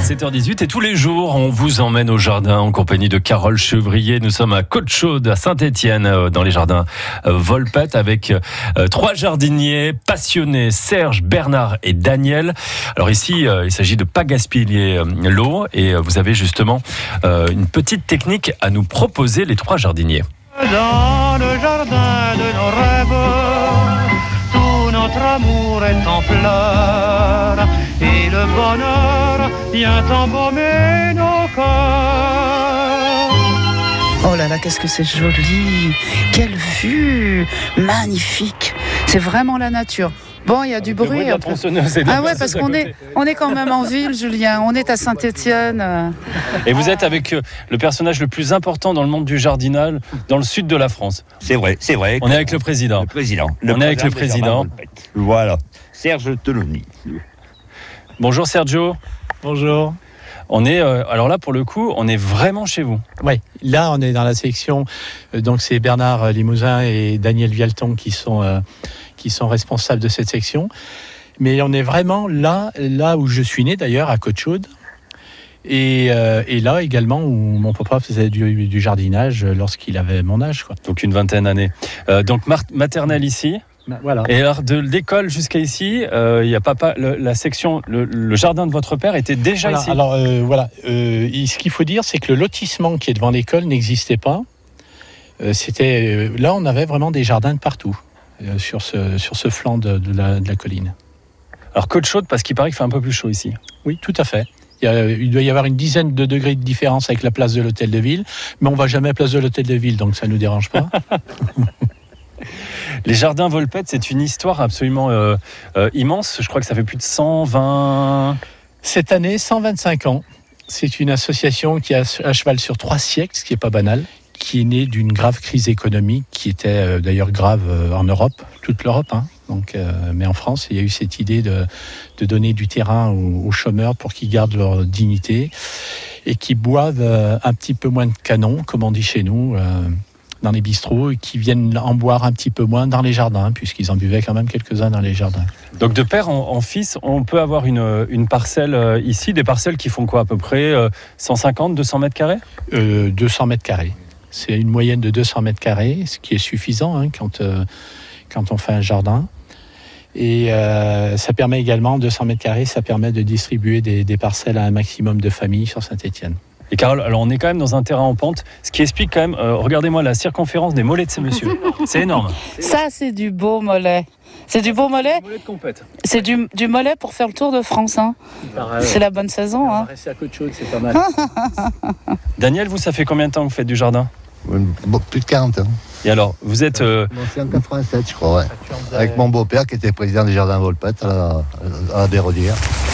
7h18 et tous les jours, on vous emmène au jardin en compagnie de Carole Chevrier. Nous sommes à Côte-Chaude, à Saint-Étienne, dans les jardins Volpette, avec 3 jardiniers passionnés, Serge, Bernard et Daniel. Alors ici, il s'agit de ne pas gaspiller l'eau et vous avez justement une petite technique à nous proposer, les 3 jardiniers. Dans le jardin de nos rêves, tout notre amour est en fleurs et le bonheur vient embaumer nos cœurs. Oh là là, qu'est-ce que c'est joli! Quelle vue! Magnifique! C'est vraiment la nature. Bon, il y a du bruit. Ah ouais, parce qu'on est quand même en ville, Julien. On est à Saint-Étienne. Et vous êtes avec le personnage le plus important dans le monde du jardinage, dans le sud de la France. C'est vrai. On est avec le président. On est avec le président. Voilà, Serge Teloni. Bonjour Sergio. Bonjour. On est, alors là, pour le coup, on est vraiment chez vous. Oui, là, on est dans la section. Donc, c'est Bernard Limousin et Daniel Vialton qui sont responsables de cette section. Mais on est vraiment là où je suis né, d'ailleurs, à Côte-Chaude. Et là également où mon papa faisait du jardinage lorsqu'il avait mon âge, quoi. Donc, une vingtaine d'années. Donc, maternelle ici. Voilà. Et alors de l'école jusqu'à ici, il y a la section, le jardin de votre père était déjà ici. Alors ce qu'il faut dire, c'est que le lotissement qui est devant l'école n'existait pas. Là, on avait vraiment des jardins de partout sur ce flanc de la colline. Alors Côte-Chaude, parce qu'il paraît qu'il fait un peu plus chaud ici. Oui, tout à fait. Il doit y avoir une dizaine de degrés de différence avec la place de l'hôtel de ville, mais on va jamais à la place de l'hôtel de ville, donc ça nous dérange pas. Les jardins Volpette, c'est une histoire absolument immense. Je crois que ça fait plus de 120... Cette année, 125 ans. C'est une association qui est à cheval sur 3 siècles, ce qui n'est pas banal, qui est née d'une grave crise économique, qui était d'ailleurs grave en Europe, toute l'Europe. Donc, mais en France, il y a eu cette idée de donner du terrain aux chômeurs pour qu'ils gardent leur dignité et qui boivent un petit peu moins de canon, comme on dit chez nous, dans les bistrots, et qui viennent en boire un petit peu moins dans les jardins, puisqu'ils en buvaient quand même quelques-uns dans les jardins. Donc de père en fils, on peut avoir une parcelle ici, des parcelles qui font quoi à peu près 150, 200 mètres carrés 200 mètres carrés. C'est une moyenne de 200 mètres carrés, ce qui est suffisant quand on fait un jardin. Et ça permet également, 200 mètres carrés, ça permet de distribuer des parcelles à un maximum de familles sur Saint-Étienne. Et Carole, alors on est quand même dans un terrain en pente, ce qui explique quand même, regardez-moi la circonférence des mollets de ces messieurs. C'est énorme. Ça, c'est du beau mollet. C'est du beau mollet. Mollet de compète. C'est du mollet pour faire le tour de France. C'est la bonne saison. On va rester à Côte-Chaude, c'est pas mal. Daniel, vous, ça fait combien de temps que vous faites du jardin ? Plus de 40 ans. Et alors, vous êtes... C'est en 87, je crois, ouais. Avec mon beau-père qui était président du jardin Volpette à la Béraudière.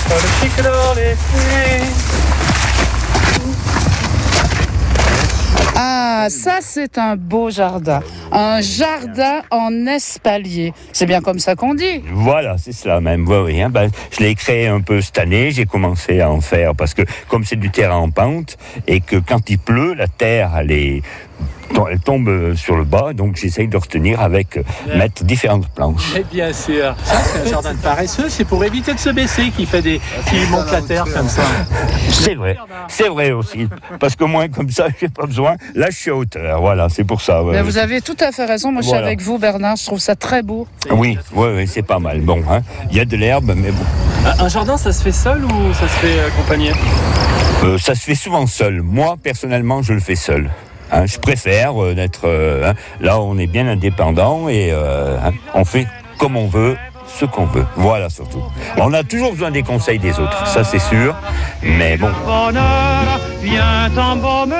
Ah, ça c'est un beau jardin. Un jardin en espalier. C'est bien comme ça qu'on dit. Voilà, c'est cela même. Oui. Je l'ai créé un peu cette année. J'ai commencé à en faire parce que comme c'est du terrain en pente et que quand il pleut, la terre elle tombe sur le bas, donc j'essaye de retenir mettre différentes planches. Et bien sûr, ça c'est un jardin de paresseux, c'est pour éviter de se baisser qui monte la terre comme ça. C'est vrai aussi, parce que moi comme ça j'ai pas besoin, là je suis à hauteur, voilà, c'est pour ça. Mais vous avez tout à fait raison, moi je suis avec vous Bernard, je trouve ça très beau. Oui, c'est pas mal, bon, il y a de l'herbe, mais bon. Un jardin, ça se fait seul ou ça se fait accompagné ? Ça se fait souvent seul, moi personnellement je le fais seul. Je préfère d'être... là, on est bien indépendant et on fait comme on veut, ce qu'on veut. Voilà, surtout. On a toujours besoin des conseils des autres, ça c'est sûr. Mais bon. Le bonheur vient embaumer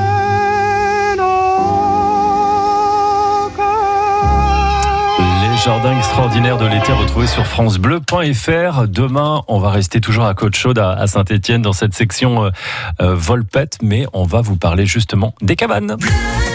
nos cœurs. Les jardins extraordinaires de l'été retrouvés sur francebleu.fr. Demain, on va rester toujours à Côte-Chaude, à Saint-Étienne, dans cette section Volpette, mais on va vous parler justement des cabanes.